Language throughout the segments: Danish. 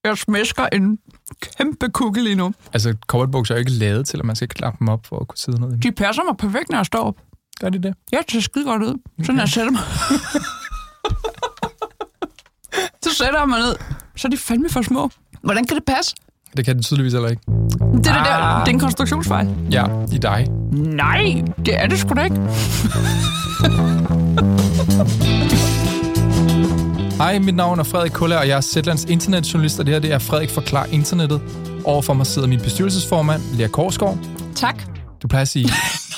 Jeg smæsker en kæmpe kugle lige nu. Altså, cowboybukser er jo ikke lavet til, at man skal klappe dem op for at kunne sidde ned. De passer mig perfekt, når jeg står op. Gør de det? Ja, det ser skide godt ud. Sådan jeg sætter mig. Så sætter jeg mig ned. Så er de fandme for små. Hvordan kan det passe? Det kan det tydeligvis heller ikke. Det er en konstruktionsfejl. Ja, i dig. Nej, det er det sgu da ikke. Hej, mit navn er Frederik Kuller, og jeg er Zetlands internetjournalist, og det her det er Frederik Forklarer Internettet. Overfor mig sidder min bestyrelsesformand, Lea Korsgaard. Tak. Du plejer at sige...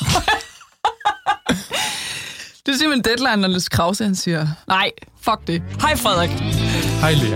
Det er simpelthen deadline, når Niels Krause han siger, nej, fuck det. Hej Frederik. Hej Lea.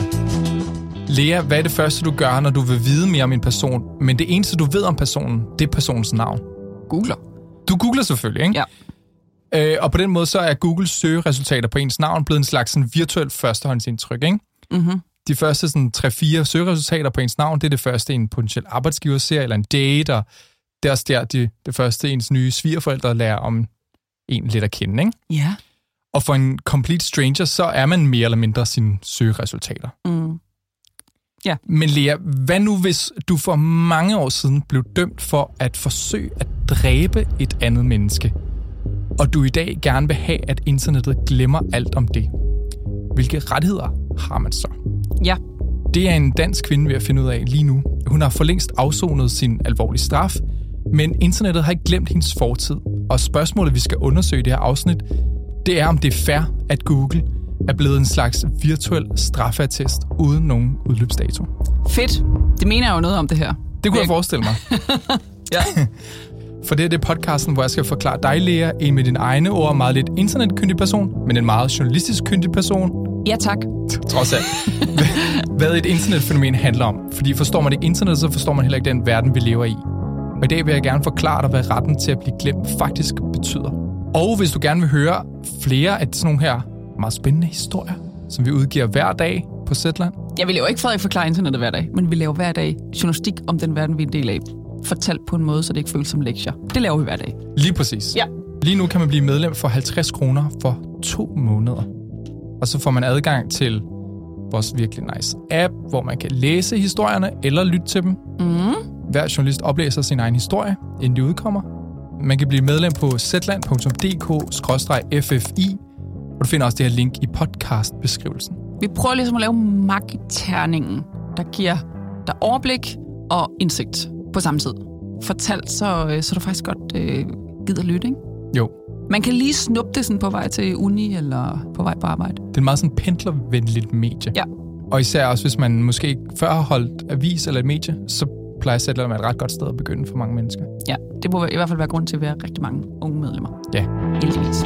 Lea, hvad er det første, du gør, når du vil vide mere om en person, men det eneste, du ved om personen, det er personens navn? Googler. Du googler selvfølgelig, ikke? Ja. Og på den måde, så er Googles søgeresultater på ens navn blevet en slags sådan, virtuelt førstehåndsindtryk, ikke? Mm-hmm. De første sådan, 3-4 søgeresultater på ens navn, det er det første, en potentiel arbejdsgiver ser, eller en date, og det er også der, det første, ens nye svigerforældre lærer om en lidt at kende, ikke? Ja. Og for en complete stranger, så er man mere eller mindre sine søgeresultater. Mm. Ja. Men Lea, hvad nu hvis du for mange år siden blev dømt for at forsøge at dræbe et andet menneske, og du i dag gerne vil have, at internettet glemmer alt om det? Hvilke rettigheder har man så? Ja. Det er en dansk kvinde ved at finde ud af lige nu. Hun har for længst afsonet sin alvorlige straf, men internettet har ikke glemt hendes fortid. Og spørgsmålet, vi skal undersøge i det her afsnit, det er, om det er fair, at Google er blevet en slags virtuel straffeattest uden nogen udløbsdato. Fedt. Det mener jeg jo noget om det her. Det kunne jeg forestille mig. Ja. For det er podcasten, hvor jeg skal forklare dig, Lea, en med dine egne ord, meget lidt internetkyndig person, men en meget journalistisk kyndig person. Ja, tak. Trods alt. Hvad et internetfænomen handler om. Fordi forstår man ikke internet, så forstår man heller ikke den verden, vi lever i. Og i dag vil jeg gerne forklare dig, hvad retten til at blive glemt faktisk betyder. Og hvis du gerne vil høre flere af sådan nogle her meget spændende historier, som vi udgiver hver dag på Zetland. Jeg vil jo ikke Frederik forklare internettet hver dag, men vi laver hver dag journalistik om den verden, vi er en del af. Fortalt på en måde, så det ikke føles som lektier. Det laver vi hver dag. Lige præcis. Ja. Lige nu kan man blive medlem for 50 kroner for 2 måneder. Og så får man adgang til vores virkelig nice app, hvor man kan læse historierne eller lytte til dem. Mm. Hver journalist oplæser sin egen historie, inden de udkommer. Man kan blive medlem på zetland.dk/ffi, og du finder også det her link i podcastbeskrivelsen. Vi prøver ligesom at lave magtterningen, der giver dig overblik og indsigt på samme tid. Fortalt, så du faktisk godt gider lytte, ikke? Jo. Man kan lige snuppe det sådan på vej til uni eller på vej på arbejde. Det er meget sådan pendlervenligt medie. Ja. Og især også, hvis man måske ikke før har holdt avis eller et medie, så plejer Zetland at være et ret godt sted at begynde for mange mennesker. Ja, det må i hvert fald være grund til at være rigtig mange unge medlemmer. Ja. Heldigvis.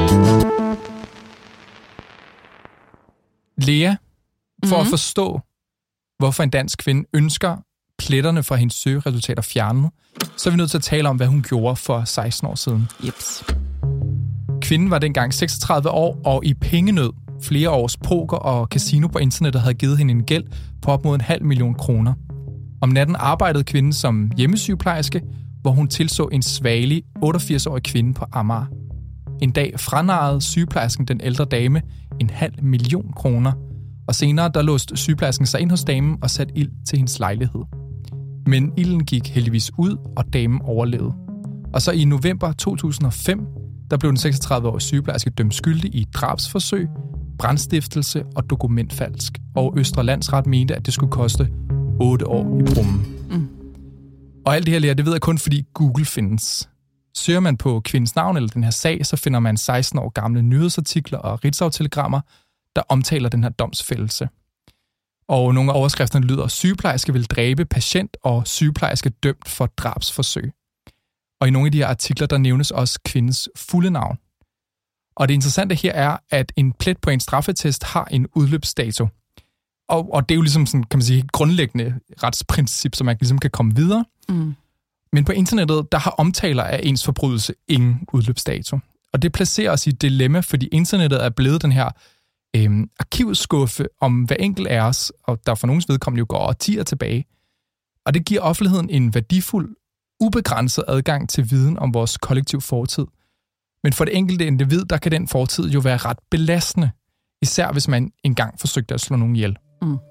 Lea, for at forstå, hvorfor en dansk kvinde ønsker pletterne fra hendes søgeresultater fjernet, så er vi nødt til at tale om, hvad hun gjorde for 16 år siden. Jeps. Kvinden var dengang 36 år og i pengenød. Flere års poker og casino på internettet havde givet hende en gæld på op mod 500.000 kroner. Om natten arbejdede kvinden som hjemmesygeplejerske, hvor hun tilså en svagelig 88-årig kvinde på Amager. En dag franarrede sygeplejersken den ældre dame 500.000 kroner, og senere der låste sygeplejersken sig ind hos damen og satte ild til hendes lejlighed. Men ilden gik heldigvis ud, og damen overlevede. Og så i november 2005, der blev den 36-årige sygeplejerske dømt skyldig i drabsforsøg, brandstiftelse og dokumentfalsk. Og Østre Landsret mente, at det skulle koste 8 år i brummen. Mm. Og alt det her, Lea, det ved jeg kun, fordi Google findes. Søger man på kvindens navn eller den her sag, så finder man 16 år gamle nyhedsartikler og Ritzau-telegrammer, der omtaler den her domsfældelse. Og nogle af overskrifterne lyder: sygeplejerske vil dræbe patient, og sygeplejerske dømt for drabsforsøg. Og i nogle af de her artikler, der nævnes også kvindens fulde navn. Og det interessante her er, at en plet på en straffetest har en udløbsdato. Og det er jo ligesom sådan, kan man sige, et grundlæggende retsprincip, så man ligesom kan komme videre. Mm. Men på internettet, der har omtaler af ens forbrydelse ingen udløbsdato. Og det placerer os i et dilemma, fordi internettet er blevet den her arkivskuffe om hver enkelt af os, og der for nogens vedkommende jo går årtier tilbage. Og det giver offentligheden en værdifuld, ubegrænset adgang til viden om vores kollektiv fortid. Men for det enkelte individ, der kan den fortid jo være ret belastende, især hvis man engang forsøgte at slå nogen ihjel. Mm.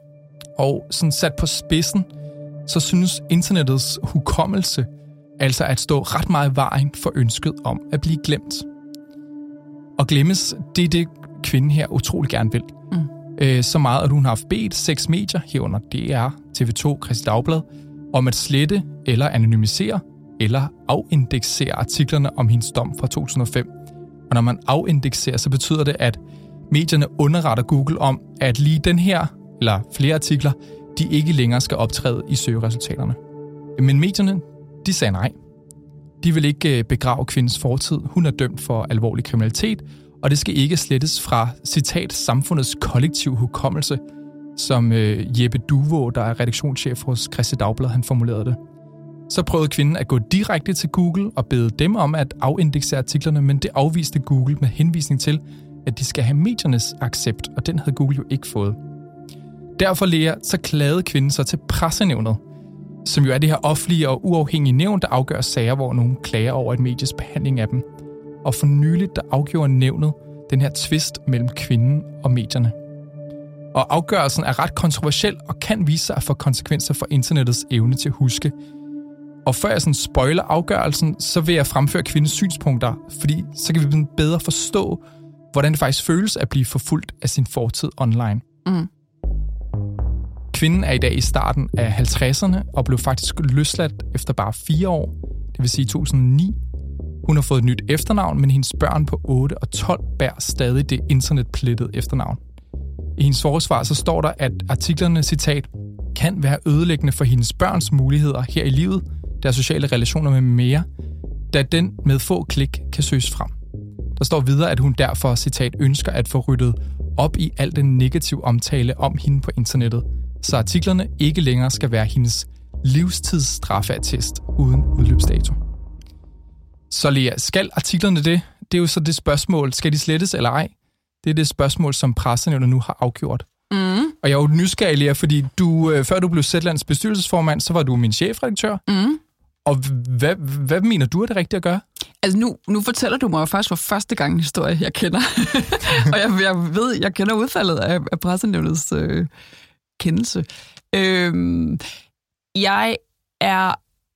Og sådan sat på spidsen, så synes internettets hukommelse altså at stå ret meget i vejen for ønsket om at blive glemt. Og glemmes, det er det, kvinden her utrolig gerne vil. Så meget, at hun har haft bedt 6 medier, herunder DR, TV2, Kristeligt Dagblad, om at slette eller anonymisere eller afindeksere artiklerne om hendes dom fra 2005. Og når man afindekserer, så betyder det, at medierne underretter Google om, at lige den her, eller flere artikler, de ikke længere skal optræde i søgeresultaterne. Men medierne, de sagde nej. De vil ikke begrave kvindens fortid. Hun er dømt for alvorlig kriminalitet, og det skal ikke slettes fra, citat, samfundets kollektiv hukommelse, som Jeppe Duvå, der er redaktionschef hos Kristeligt Dagblad, han formulerede det. Så prøvede kvinden at gå direkte til Google og bede dem om at afindeksere artiklerne, men det afviste Google med henvisning til, at de skal have mediernes accept, og den havde Google jo ikke fået. Derfor, Lea, så klagede kvinden så til Pressenævnet, som jo er det her offentlige og uafhængige nævn, der afgør sager, hvor nogen klager over et medies behandling af dem. Og for nyligt, der afgjorde nævnet den her tvist mellem kvinden og medierne. Og afgørelsen er ret kontroversiel og kan vise sig at få konsekvenser for internettets evne til at huske. Og før jeg sådan spoiler afgørelsen, så vil jeg fremføre kvindens synspunkter, fordi så kan vi bedre forstå, hvordan det faktisk føles at blive forfulgt af sin fortid online. Kvinden er i dag i starten af 50'erne og blev faktisk løsladt efter bare 4 år, det vil sige 2009. Hun har fået et nyt efternavn, men hendes børn på 8 og 12 bærer stadig det internetplettede efternavn. I hendes forsvar så står der, at artiklerne, citat, kan være ødelæggende for hendes børns muligheder her i livet, deres sociale relationer med mere, da den med få klik kan søges frem. Der står videre, at hun derfor, citat, ønsker at få ryddet op i al den negative omtale om hende på internettet, så artiklerne ikke længere skal være hendes livstids straffeattest uden udløbsdato. Så Lea, skal artiklerne det? Det er jo så det spørgsmål, skal de slettes eller ej? Det er det spørgsmål, som Pressenævnet nu har afgjort. Og jeg er jo nysgerrig, Lea, fordi før du blev Zetlands bestyrelsesformand, så var du min chefredaktør. Og hvad mener du er det rigtige at gøre? Altså nu fortæller du mig jo faktisk for første gang en historie, jeg kender. Og jeg kender udfaldet af Pressenævnets kendelse. Jeg er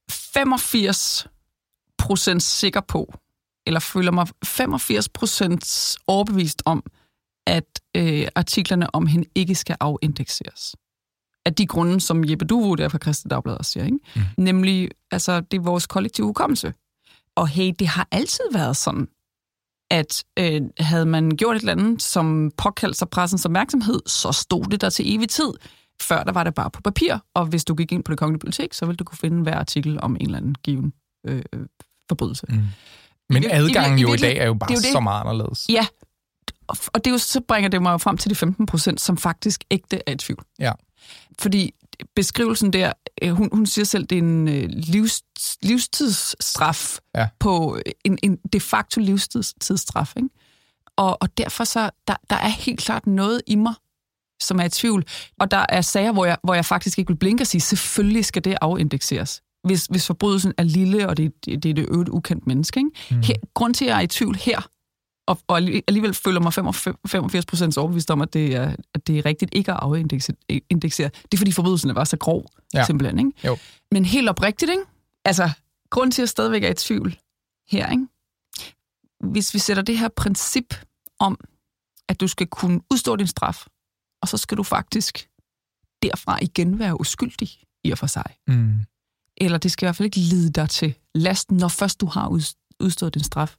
85% sikker på, eller føler mig 85% overbevist om, at artiklerne om hende ikke skal afindekseres. Af de grunde, som Jeppe Duvå der fra Kristeligt Dagblad siger, ikke? Nemlig, altså, det er vores kollektive hukommelse. Og hey, det har altid været sådan, at havde man gjort et eller andet, som påkaldte sig pressens opmærksomhed, så stod det der til evig tid. Før der var det bare på papir, og hvis du gik ind på Det Kongelige Bibliotek, så ville du kunne finde hver artikel om en eller anden given forbrydelse. Men adgangen jo i dag er jo bare så meget anderledes. Ja, og det er jo, så bringer det mig jo frem til de 15%, som faktisk ægte er i tvivl. Ja. Fordi beskrivelsen der, hun siger selv, det er en livstidsstraf på en de facto livstidsstraf, ikke? Og derfor så, der er helt klart noget i mig, som er i tvivl. Og der er sager, hvor jeg faktisk ikke vil blinke og sige, selvfølgelig skal det afindekseres. Hvis forbrydelsen er lille, og det er det øvrigt ukendt menneske. Ikke? Grund til, at jeg er i tvivl her, og alligevel føler mig 85% overbevist om, at det er rigtigt ikke at afindeksere. Det er, fordi forbrydelsen var så grov, simpelthen. Ikke? Jo. Men helt oprigtigt, ikke? Altså, grund til, at jeg stadigvæk er i tvivl her, ikke? Hvis vi sætter det her princip om, at du skal kunne udstå din straf, og så skal du faktisk derfra igen være uskyldig i og for sig. Eller det skal i hvert fald ikke lide dig til lasten, når først du har udstået din straf.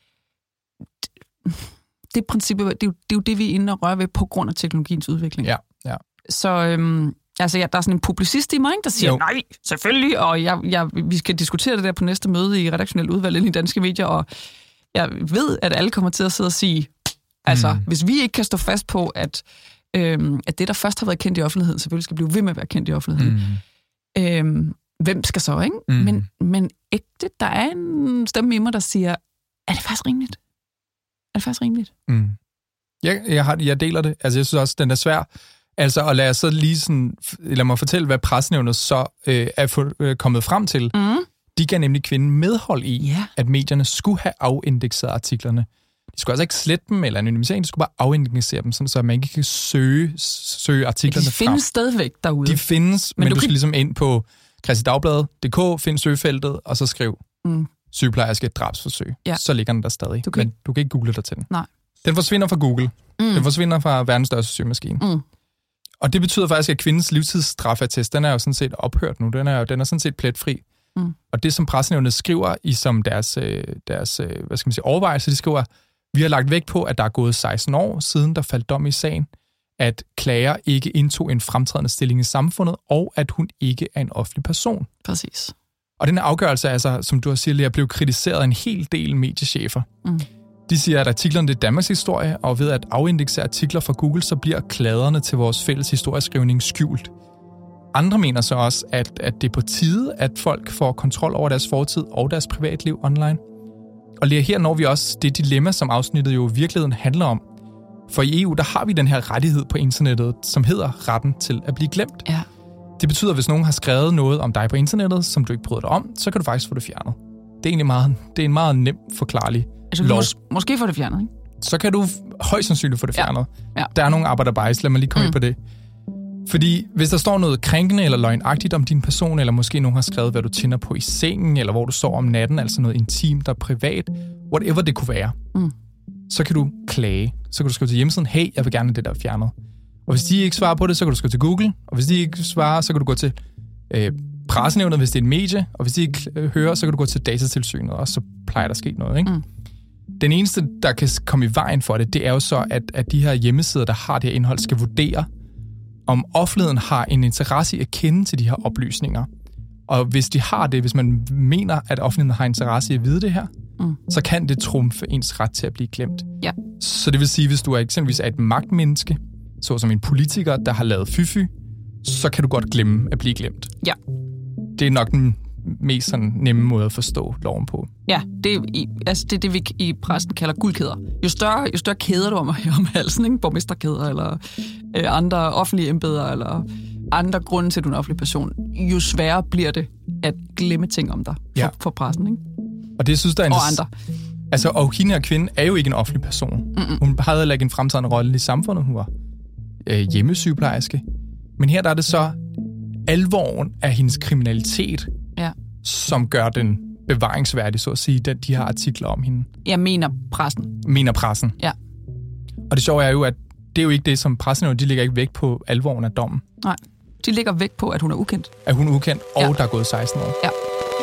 Det princip, det er jo det, vi er inde og røre ved på grund af teknologiens udvikling. Ja. Så altså, der er sådan en publicist i mig, der siger, nej, selvfølgelig, og vi skal diskutere det der på næste møde i redaktionelt udvalg i Danske Medier, og jeg ved, at alle kommer til at sidde og sige, altså, hvis vi ikke kan stå fast på, at det, der først har været kendt i offentligheden, selvfølgelig skal blive ved med at være kendt i offentligheden. Hvem skal så, ikke? Men ægte, der er en stemme i mig, der siger, er det faktisk rimeligt? Er det faktisk rimeligt? Jeg deler det. Altså, jeg synes også, den er svær. Altså, og lad mig fortælle, hvad Pressenævnet så er kommet frem til. De gav nemlig kvinden medhold i, at medierne skulle have afindekseret artiklerne. De skulle altså ikke slette dem eller anonymisere dem, de skulle bare afindeksere dem, sådan, så man ikke kan søge artiklerne frem. De findes stadigvæk derude. De findes, men du skal ligesom ind på Kristeligt-Dagblad.dk, find søgefeltet, og så skriv sygeplejerske drabsforsøg. Ja. Så ligger den der stadig. Men du kan ikke google dig til den. Nej. Den forsvinder fra Google. Den forsvinder fra verdens største søgemaskine. Og det betyder faktisk, at kvindens livstidsstraffeattest, den er jo sådan set ophørt nu. Den er sådan set pletfri. Og det, som Pressenævnet skriver i som deres hvad skal man sige, overvejelse, de skriver, vi har lagt vægt på, at der er gået 16 år siden, der faldt dom i sagen, at klager ikke indtog en fremtrædende stilling i samfundet, og at hun ikke er en offentlig person. Præcis. Og den afgørelse, altså, som du har sagt, er blevet kritiseret af en hel del mediechefer. De siger, at artiklerne det er Danmarks historie, og ved at afindeksere artikler fra Google, så bliver kladerne til vores fælles historieskrivning skjult. Andre mener så også, at det er på tide, at folk får kontrol over deres fortid og deres privatliv online. Og lige her når vi også det dilemma, som afsnittet jo i virkeligheden handler om. For i EU, der har vi den her rettighed på internettet, som hedder retten til at blive glemt. Ja. Det betyder, at hvis nogen har skrevet noget om dig på internettet, som du ikke bryder dig om, så kan du faktisk få det fjernet. Det er egentlig en meget nem, forklarlig lov. Måske få det fjernet, ikke? Så kan du højst sandsynligt få det fjernet. Ja. Der er nogle arbejderbejs, lad mig lige komme ind på det. Fordi hvis der står noget krænkende eller løgnagtigt om din person, eller måske nogen har skrevet, hvad du tænder på i sengen, eller hvor du sover om natten, altså noget intimt og privat, whatever det kunne være, så kan du klage. Så kan du skrive til hjemmesiden, hey, jeg vil gerne have det der fjernet. Og hvis de ikke svarer på det, så kan du skrive til Google. Og hvis de ikke svarer, så kan du gå til Pressenævnet, hvis det er et medie. Og hvis de ikke hører, så kan du gå til Datatilsynet, og så plejer der at ske noget, ikke? Den eneste, der kan komme i vejen for det, det er jo så, at de her hjemmesider, der har det her indhold, skal vurdere, om offentligheden har en interesse i at kende til de her oplysninger. Og hvis de har det, hvis man mener, at offentligheden har interesse i at vide det her, så kan det trumfe ens ret til at blive glemt. Ja. Så det vil sige, hvis du eksempelvis er et magtmenneske, såsom en politiker, der har lavet fy, så kan du godt glemme at blive glemt. Ja. Det er nok den mest sådan nemme måde at forstå loven på. Ja, det er det, vi i pressen kalder guldkæder. Jo større kæder du om halsen, ikke? Borgmesterkæder eller andre offentlige embeder eller andre grunde til, at du er en offentlig person, jo sværere bliver det at glemme ting om dig for pressen, ikke? Og det synes der er og andre. Altså, og hende her kvinde er jo ikke en offentlig person. Hun havde heller ikke en fremtrædende rolle i samfundet. Hun var hjemmesygeplejerske. Men her der er det så alvoren af hendes kriminalitet, som gør den bevaringsværdig, så at sige, de her artikler om hende. Jeg mener pressen. Mener pressen. Ja. Og det sjove er jo, at det er jo ikke det, som pressen de ligger ikke vægt på alvoren af dommen. Nej, de ligger vægt på, at hun er ukendt. At hun er ukendt, og der er gået 16 år. Ja.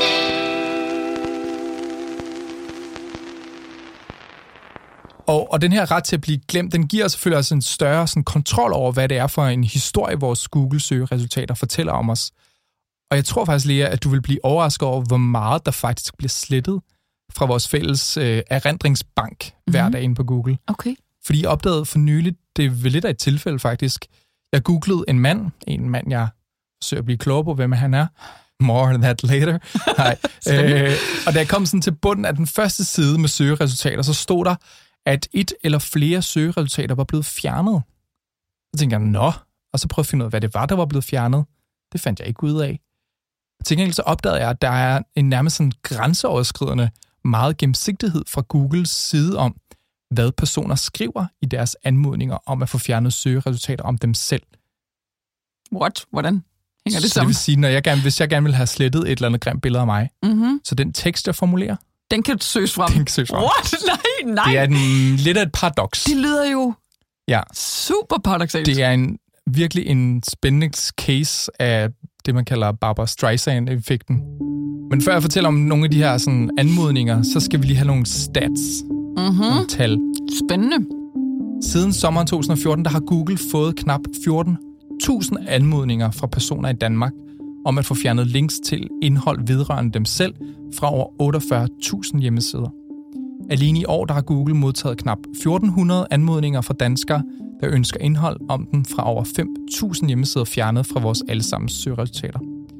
Og den her ret til at blive glemt, den giver selvfølgelig også en større sådan, kontrol over, hvad det er for en historie, vores Google-søgeresultater fortæller om os. Og jeg tror faktisk, Lea, at du vil blive overrasket over, hvor meget der faktisk bliver slettet fra vores fælles erindringsbank hver dag inde på Google. Okay. Fordi jeg opdagede for nyligt, det er vel lidt af et tilfælde faktisk, jeg googlede en mand, jeg forsøger at blive klogere på, hvem han er. More on that later. Og da jeg kom sådan til bunden af den første side med søgeresultater, så stod der, at et eller flere søgeresultater var blevet fjernet. Så tænkte jeg, og så prøvede jeg at finde ud af, hvad det var, der var blevet fjernet. Det fandt jeg ikke ud af. Til gengæld så opdagede jeg, at der er en nærmest sådan grænseoverskridende meget gennemsigtighed fra Googles side om, hvad personer skriver i deres anmodninger om at få fjernet søgeresultater om dem selv. What? Hvordan hænger det sammen? Så det vil sige, hvis jeg gerne vil have slettet et eller andet grimt billede af mig, så den tekst, jeg formulerer, den kan søges frem. What? Nej. Det er lidt af et paradoks. Det lyder jo super paradoksalt. Det er virkelig en spændende case af det, man kalder Barbra Streisand-effekten. Men før jeg fortæller om nogle af de her sådan, anmodninger, så skal vi lige have nogle stats. Nogle tal. Spændende. Siden sommeren 2014, der har Google fået knap 14.000 anmodninger fra personer i Danmark om at få fjernet links til indhold vedrørende dem selv fra over 48.000 hjemmesider. Alene i år, der har Google modtaget knap 1.400 anmodninger fra danskere, der ønsker indhold om den fra over 5.000 hjemmesider fjernet fra vores allesammens søgeresultater.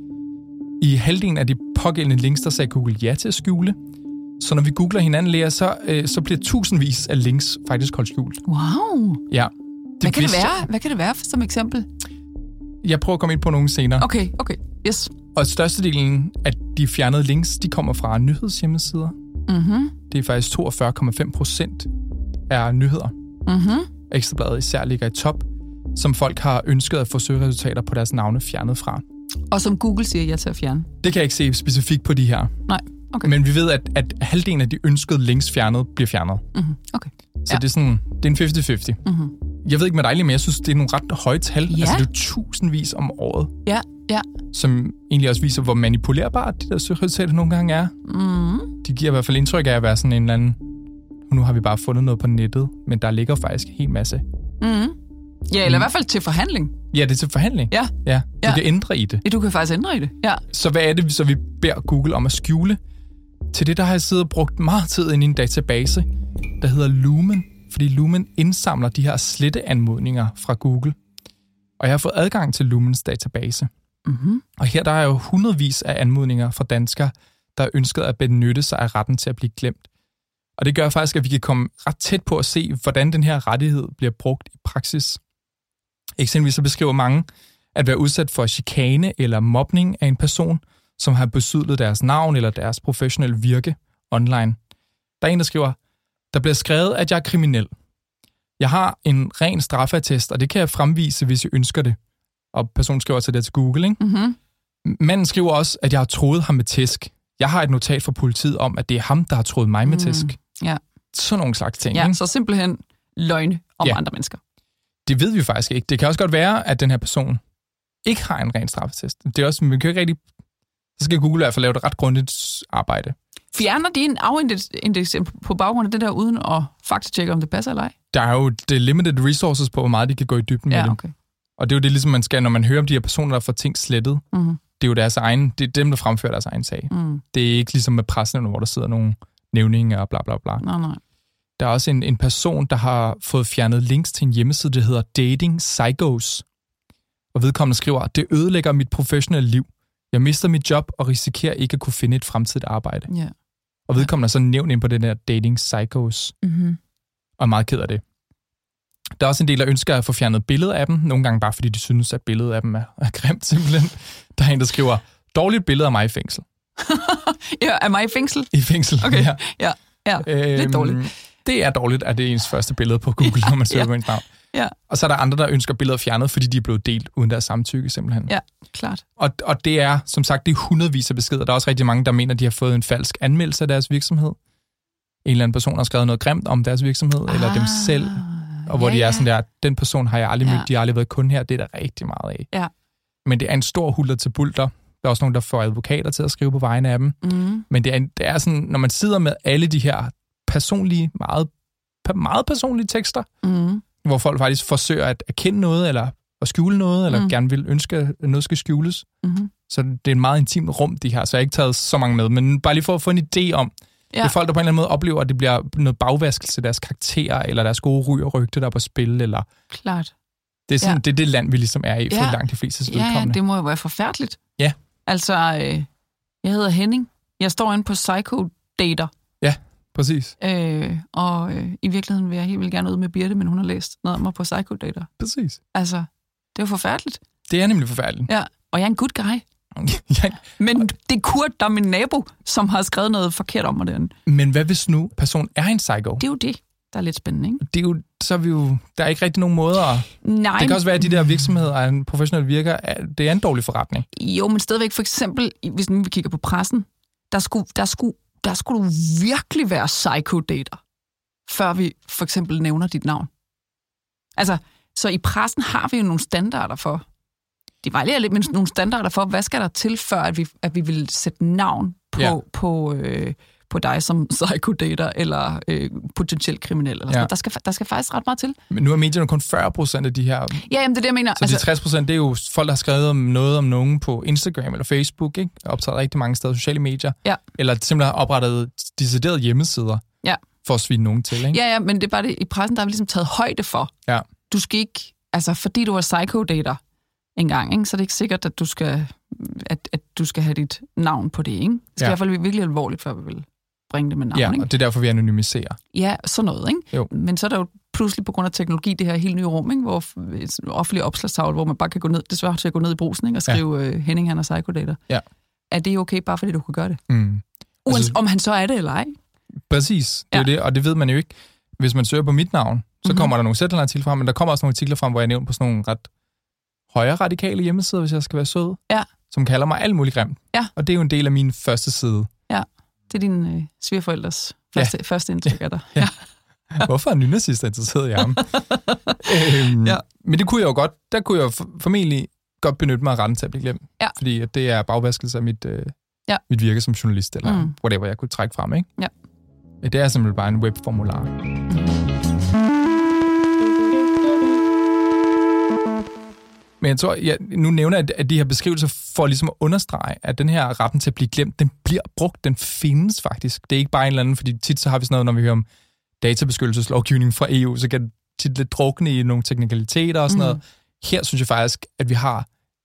I halvdelen af de pågældende links, der sagde Google ja til at skjule. Så når vi googler hinanden, Lea, så bliver tusindvis af links faktisk holdt skjult. Wow! Ja. Hvad kan det være som eksempel? Jeg prøver at komme ind på nogle senere. Okay. Yes. Og størstedelen af de fjernede links, de kommer fra nyhedshjemmesider. Det er faktisk 42,5%. er nyheder. Mhm. Ekstrabladet især ligger i top, som folk har ønsket at få søgeresultater på deres navne fjernet fra. Og som Google siger ja til at fjerne? Det kan jeg ikke se specifikt på de her. Nej, okay. Men vi ved, at halvdelen af de ønskede links fjernet bliver fjernet. Mhm. Okay. Så det er en 50-50. Mhm. Jeg ved ikke med dig, men jeg synes, det er nogle ret høje tal. Ja. Altså, det er tusindvis om året. Ja. Som egentlig også viser, hvor manipulerbart de der søgeresultater nogle gange er. Mhm. De giver i hvert fald indtryk af at være sådan en eller anden... Nu har vi bare fundet noget på nettet, men der ligger faktisk en hel masse. Mhm. Ja, eller i hvert fald til forhandling. Ja, det er til forhandling. Ja. Du kan ændre i det. Ja, du kan faktisk ændre i det, ja. Så hvad er det, så vi beder Google om at skjule? Til det, der har jeg siddet og brugt meget tid ind i en database, der hedder Lumen. Fordi Lumen indsamler de her sletteanmodninger fra Google. Og jeg har fået adgang til Lumens database. Mhm. Og her der er jo hundredvis af anmodninger fra danskere, der ønsker at benytte sig af retten til at blive glemt. Og det gør faktisk, at vi kan komme ret tæt på at se, hvordan den her rettighed bliver brugt i praksis. Eksempelvis så beskriver mange at være udsat for chikane eller mobning af en person, som har besudlet deres navn eller deres professionelle virke online. Der er en, der skriver, der bliver skrevet, at jeg er kriminel. Jeg har en ren straffeattest, og det kan jeg fremvise, hvis jeg ønsker det. Og personen skriver til det til Google, ikke? Mhm. Manden skriver også, at jeg har troet ham med tæsk. Jeg har et notat fra politiet om, at det er ham, der har troet mig med tæsk. Ja. Sådan nogle slags ting. Ja, ikke? så simpelthen løgne om andre mennesker. Det ved vi faktisk ikke. Det kan også godt være, at den her person ikke har en ren straffetest. Det er også, man kan ikke rigtig... Så skal Google i hvert fald lave et ret grundigt arbejde. Fjerner de en afindeks på baggrund af det der, uden at faktatjekke, om det passer eller ej? Der er jo det limited resources på, hvor meget de kan gå i dybden med Ja, okay. det. Og det er jo det, ligesom man skal, når man hører om de her personer, der får ting slettet. Mhm. Det er jo deres egen, det er dem, der fremfører deres egen sag. Mm. Det er ikke ligesom med pressen, hvor der sidder nogle nævninger og bla bla bla. Nej. Der er også en person, der har fået fjernet links til en hjemmeside, der hedder Dating Psychos. Og vedkommende skriver, det ødelægger mit professionelle liv. Jeg mister mit job og risikerer ikke at kunne finde et fremtidigt arbejde. Ja. Og vedkommende er så nævnt ind på den der Dating Psychos. Mhm. Og er meget ked af det. Der er også en del, der ønsker at få fjernet billeder af dem. Nogle gange bare fordi de synes, at billedet af dem er grimt simpelthen. Der er en, der skriver, dårligt billede af mig i fængsel. Ja, er mig i fængsel? I fængsel, Okay, ja. Lidt dårligt. Det er dårligt, at det er ens første billede på Google, når man søger på ens navn. Ja. Og så er der andre, der ønsker billeder fjernet, fordi de er blevet delt uden deres samtykke simpelthen. Ja, klart. Og det er, som sagt, det er hundredvis af beskeder. Der er også rigtig mange, der mener, at de har fået en falsk anmeldelse af deres virksomhed. En eller anden person har skrevet noget grimt om deres virksomhed, eller dem selv. Og hvor de er sådan der, den person har jeg aldrig mødt, de har aldrig været kun her. Det er der rigtig meget af. Ja. Men det er en stor hulter til bulter. Der er også nogen, der får advokater til at skrive på vegne af dem. Mm. Men det er sådan, når man sidder med alle de her personlige, meget personlige tekster, hvor folk faktisk forsøger at erkende noget, eller at skjule noget, eller gerne vil ønske, at noget skal skjules. Så det er en meget intimt rum, de her. Så jeg har ikke taget så mange med. Men bare lige for at få en idé om, det er folk, der på en eller anden måde oplever, at det bliver noget bagvaskelse af deres karakterer, eller deres gode ry og rygte, der er på spil. Eller... Klart. Det er sådan, det er det land, vi ligesom er i, for langt de fleste vedkommende. Ja, det må jo være forfærdeligt. Ja. Altså, jeg hedder Henning. Jeg står inde på Psycho-dater. Ja, præcis. I virkeligheden vil jeg helt vildt gerne ud med Birte, men hun har læst noget om mig på Psycho-dater. Præcis. Altså, det er jo forfærdeligt. Det er nemlig forfærdeligt. Ja, og jeg er en good guy. Men det er Kurt, der er min nabo, som har skrevet noget forkert om mig derinde. Men hvad hvis nu personen er en psycho? Det er jo det, der er lidt spændende, ikke? Det er jo, så er vi jo, der er ikke rigtig nogen måder. Nej. Det kan også være, at de der virksomheder og en professionel virker, det er en dårlig forretning. Jo, men stadigvæk for eksempel, hvis nu vi kigger på pressen, der skulle du virkelig være psycho-dater, før vi for eksempel nævner dit navn. Altså, så i pressen har vi jo nogle standarder for, det var lidt, men nogle standarder for, hvad skal der til, før at vi vil sætte navn på dig som psycho-dater eller potentielt kriminel. Eller sådan. Der skal faktisk ret meget til. Men nu er medierne kun 40% af de her. Ja, jamen, det er det, jeg mener. Så de 60%, det er jo folk, der har skrevet om noget om nogen på Instagram eller Facebook, ikke? Og optaget rigtig mange steder sociale medier. Ja. Eller simpelthen har oprettet deciderede hjemmesider for at svine nogen til, ikke? Ja, men det er bare det. I pressen, der har vi ligesom taget højde for. Ja. Du skal ikke, altså fordi du er psycho-dater engang, ikke? Så er det ikke sikkert, at du skal have dit navn på det, ikke? Det skal i hvert fald være virkelig alvorligt, før vi vil bringe det med navn, ikke? Ja, og det er derfor, vi anonymiserer. Ja, sådan noget, ikke? Jo. Men så er der jo pludselig på grund af teknologi det her helt nye rum, ikke? Hvor et offentligt opslagstavle, hvor man bare kan gå ned, desværre til at gå ned i brusen, ikke? Og skrive Henning, han er psycho-dater. Ja. Er det okay, bare fordi du kan gøre det? Uanset om han så er det eller ej? Præcis, det er det, og det ved man jo ikke. hvis man søger på mit navn, så kommer der nogle Zetland-artikler frem, men der kommer også nogle artikler frem, hvor jeg er nævnt på sådan nogle ret højre radikale hjemmesider, hvis jeg skal være sød, som kalder mig alt muligt grimt. Ja. Og det er jo en del af min første side. Ja, det er dine svigerforældres første indtryk af dig. Ja. Hvorfor er nynazister interesseret i ham? Men det kunne jeg jo godt, der kunne jeg formentlig godt benytte mig af retten til at blive glemt. Ja. Fordi at det er bagvaskelse af mit virke som journalist, eller whatever jeg kunne trække frem, ikke? Ja. Det er simpelthen bare en webformular. Men jeg tror, nu nævner jeg, at de her beskrivelser for ligesom at understrege, at den her retten til at blive glemt, den bliver brugt, den findes faktisk. Det er ikke bare en eller anden, fordi tit så har vi sådan noget, når vi hører om databeskyttelseslovgivning fra EU, så kan det tit lidt drukne i nogle teknikaliteter og sådan noget. Her synes jeg faktisk, at vi har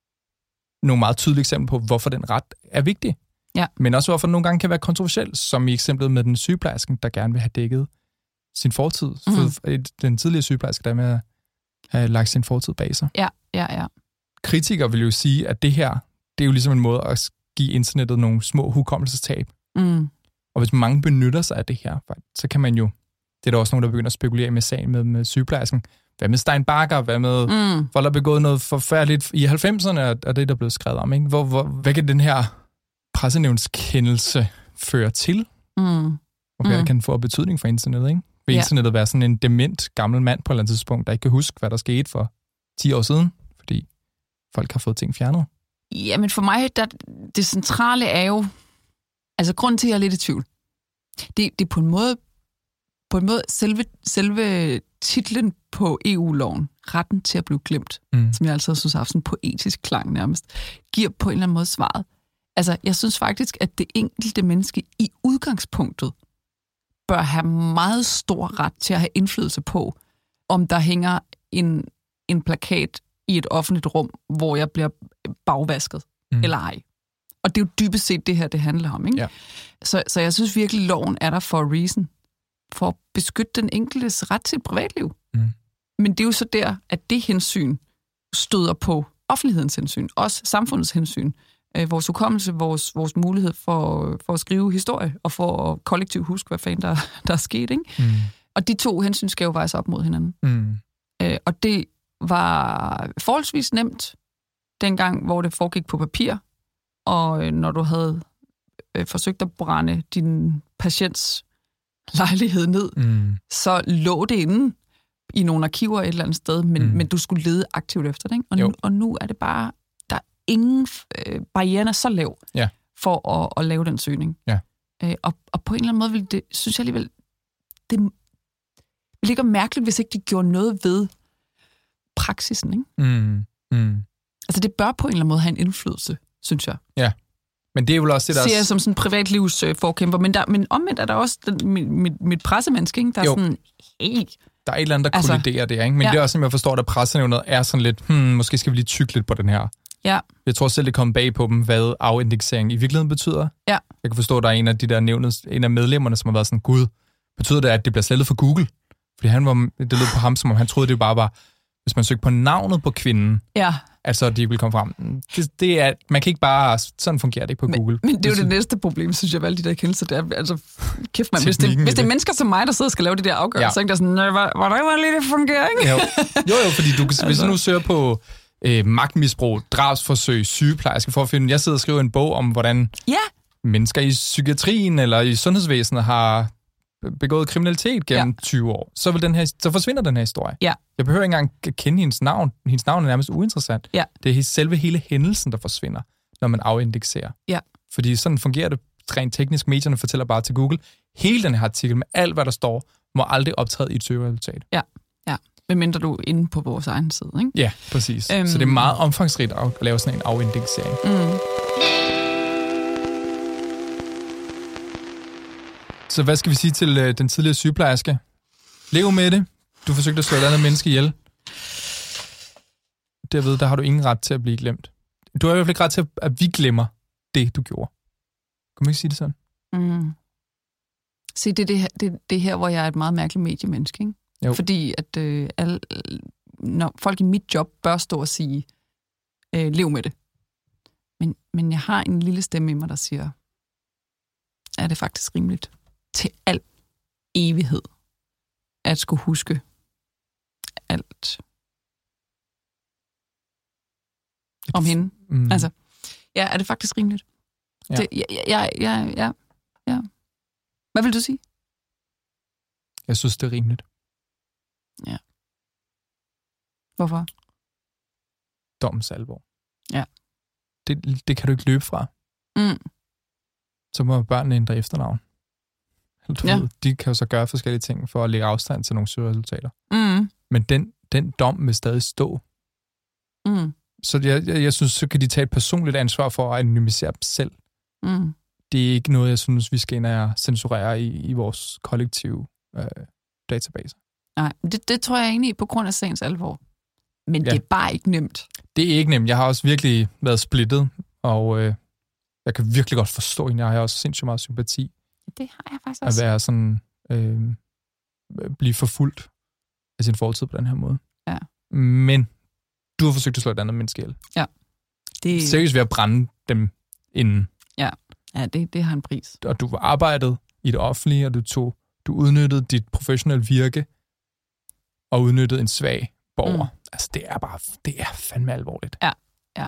nogle meget tydelige eksempler på, hvorfor den ret er vigtig. Ja. Men også hvorfor den nogle gange kan være kontroversiel, som i eksemplet med den sygeplejersken, der gerne vil have dækket sin fortid. Den tidligere sygeplejerske, der med at have lagt sin fortid bag sig. Ja. Kritikere vil jo sige, at det her, det er jo ligesom en måde at give internettet nogle små hukommelsestab. Og hvis mange benytter sig af det her, så kan man jo, det er der også nogen, der begynder at spekulere med sagen med sygeplejersken. Hvad med Stein Bakker? Hvad med, hvor der er begået noget forfærdeligt i 90'erne, og det, der er blevet skrevet om, ikke? Hvad kan den her pressenævnskendelse føre til? Og hvad kan den få af betydning for internettet, ikke? Vil internettet være sådan en dement gammel mand på et eller andet tidspunkt, der ikke kan huske, hvad der skete for 10 år siden, fordi folk har fået ting fjernet? Jamen for mig, det centrale er jo, altså grunden til, at jeg er lidt i tvivl, det er på en måde selve titlen på EU-loven, retten til at blive glemt, som jeg altid synes har haft sådan en poetisk klang nærmest, giver på en eller anden måde svaret. Altså, jeg synes faktisk, at det enkelte menneske i udgangspunktet bør have meget stor ret til at have indflydelse på, om der hænger en plakat i et offentligt rum, hvor jeg bliver bagvasket, eller ej. Og det er jo dybest set det her, det handler om, ikke? Ja. Så jeg synes virkelig, loven er der for a reason. For at beskytte den enkeltes ret til et privatliv. Men det er jo så der, at det hensyn støder på offentlighedens hensyn, også samfundets hensyn, vores hukommelse, vores mulighed for at skrive historie, og for at kollektivt huske, hvad fanden der er sket, ikke? Og de to hensyn skal jo vejes op mod hinanden. Og det var forholdsvis nemt dengang, hvor det foregik på papir, og når du havde forsøgt at brænde din patients lejlighed ned, så lå det inde i nogle arkiver et eller andet sted, men du skulle lede aktivt efter det, ikke? Og nu er det bare, der er ingen barriere så lav for at lave den søgning. Ja. Og på en eller anden måde vil det, synes jeg alligevel, det ligger mærkeligt, hvis ikke de gjorde noget ved praksisen, ikke? Altså det bør på en eller anden måde have en indflydelse, synes jeg. Ja. Men det er jo også det, der... Ser jeg som sådan en privatlivsforkæmper, men omvendt er der også mit pressemenneske, ikke? Der er sådan, hey. Der er et eller andet, der kolliderer det, ikke? Men det er også, som jeg forstår, at pressenævnet er sådan lidt, måske skal vi lige tygge lidt på den her. Ja. Jeg tror selv, det kommer bag på dem, hvad afindeksering i virkeligheden betyder. Ja. Jeg kan forstå, at der er en af de der en af medlemmerne, som har været sådan, gud, betyder det, at det bliver slettet for Google? Fordi det lød på ham, som om han troede, det bare var, hvis man søgte på navnet på kvinden, altså de vil komme frem. Det er, man kan ikke bare, sådan fungerer det ikke på Google. Men det er jo det næste problem, synes jeg, alle de der kendelser, det er, altså, kæft man, hvis det er mennesker som mig, der sidder og skal lave de der afgørelser, så er det sådan, hvordan var det lige, det fungerer, ikke? Jo, fordi hvis du nu søger på magtmisbrug, drabsforsøg, sygeplejerske, for at finde, jeg sidder og skriver en bog om, hvordan mennesker i psykiatrien eller i sundhedsvæsenet har begået kriminalitet gennem 20 år, så forsvinder den her historie. Ja. Jeg behøver ikke engang kende hendes navn. Hendes navn er nærmest uinteressant. Ja. Det er selve hele hændelsen, der forsvinder, når man afindekserer. Ja. Fordi sådan fungerer det rent teknisk. Medierne fortæller bare til Google, hele den her artikel med alt, hvad der står, må aldrig optræde i et søgeresultat. Ja. Medmindre du er inde på vores egen side, ikke? Ja, præcis. Så det er meget omfangsrigt at lave sådan en afindeksering. Så hvad skal vi sige til den tidligere sygeplejerske? Lev med det. Du forsøgte at slå et andet menneske ihjel. Derved, der har du ingen ret til at blive glemt. Du har i hvert fald ikke ret til, at vi glemmer det, du gjorde. Kan man ikke sige det sådan? Se, det her, hvor jeg er et meget mærkeligt mediemenneske, ikke? Jo. Fordi at når folk i mit job bør stå og sige, lev med det. Men jeg har en lille stemme i mig, der siger, er det faktisk rimeligt til al evighed at skulle huske alt om hende. Altså, ja, er det faktisk rimeligt? Ja. Det, ja. Hvad vil du sige? Jeg synes, det er rimeligt. Ja. Hvorfor? Dommens alvor. Ja. Det kan du ikke løbe fra. Så må børnene ændre efternavn. Ved, de kan jo så gøre forskellige ting for at lægge afstand til nogle søgeresultater. Men den dom vil stadig stå. Så jeg synes, så kan de tage et personligt ansvar for at anonymisere dem selv. Det er ikke noget, jeg synes, vi skal ind og censurere i vores kollektive databaser. Nej, det tror jeg egentlig på grund af sagens alvor. Men det er bare ikke nemt. Det er ikke nemt. Jeg har også virkelig været splittet, og jeg kan virkelig godt forstå hende. Jeg har også sindssygt meget sympati. Det har jeg faktisk også. At være sådan, blive forfulgt af sin fortid på den her måde. Ja. Men du har forsøgt at slå et andet menneske ihjel. Ja. Seriøst ved at brænde dem inden. Ja, det har en pris. Og du var arbejdet i det offentlige, og du udnyttede dit professionelle virke, og udnyttede en svag borger. Altså, det er fandme alvorligt. Ja,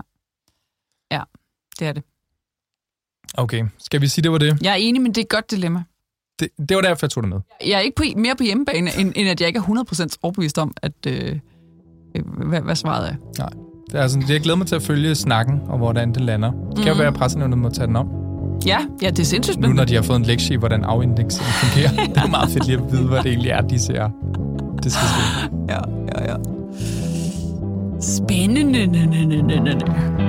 det er det. Okay, skal vi sige, det var det? Jeg er enig, men det er et godt dilemma. Det var derfor, jeg tog det med. Jeg er ikke mere på hjemmebane, end at jeg ikke er 100% overbevist om, at hvad svaret er. Nej, det er sådan, jeg glæder mig til at følge snakken, og hvordan det lander. Det kan jo være, at pressenævnet må tage den om. Ja, det er sindssygt spændende. Nu, når de har fået en lektie i, hvordan afindekseringen fungerer. Det er meget fedt lige at vide, hvad det egentlig er, de ser. Det skal ske. Ja. Spændende.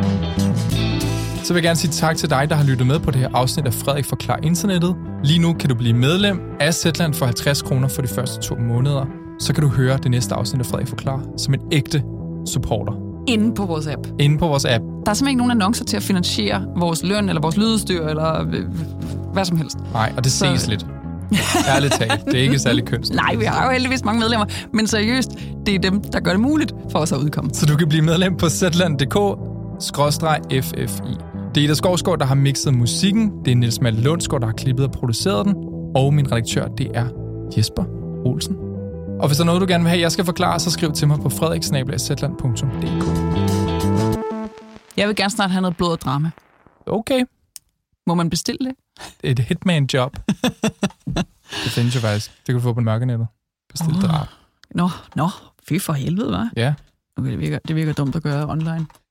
Så vil jeg gerne sige tak til dig, der har lyttet med på det her afsnit af Frederik Forklarer Internettet. Lige nu kan du blive medlem af Zetland for 50 kroner for de første 2 måneder. Så kan du høre det næste afsnit af Frederik Forklarer som en ægte supporter. Inde på vores app. Inde på vores app. Der er simpelthen ikke nogen annoncer til at finansiere vores løn, eller vores lydudstyr, eller hvad som helst. Nej, og det ses lidt. Ærligt talt. Det er ikke særlig kønt. Nej, vi har jo heldigvis mange medlemmer. Men seriøst, det er dem, der gør det muligt for os at udkomme. Så du kan blive medlem på zetland.dk/ffi. Det er Ida Skovsgaard, der har mixet musikken. Det er Niels Malte Lundsgaard, der har klippet og produceret den. Og min redaktør, det er Jesper Olsen. Og hvis der er noget, du gerne vil have, jeg skal forklare, så skriv til mig på frederiksnabel@zetland.dk. Jeg vil gerne snart have noget blod og drama. Okay. Må man bestille det? Et hitman-job. Det findes jo faktisk. Det kan du få på mørkenettet. Bestil drab. Nå. Fy for helvede, hva'? Ja. Okay, det virker dumt at gøre online.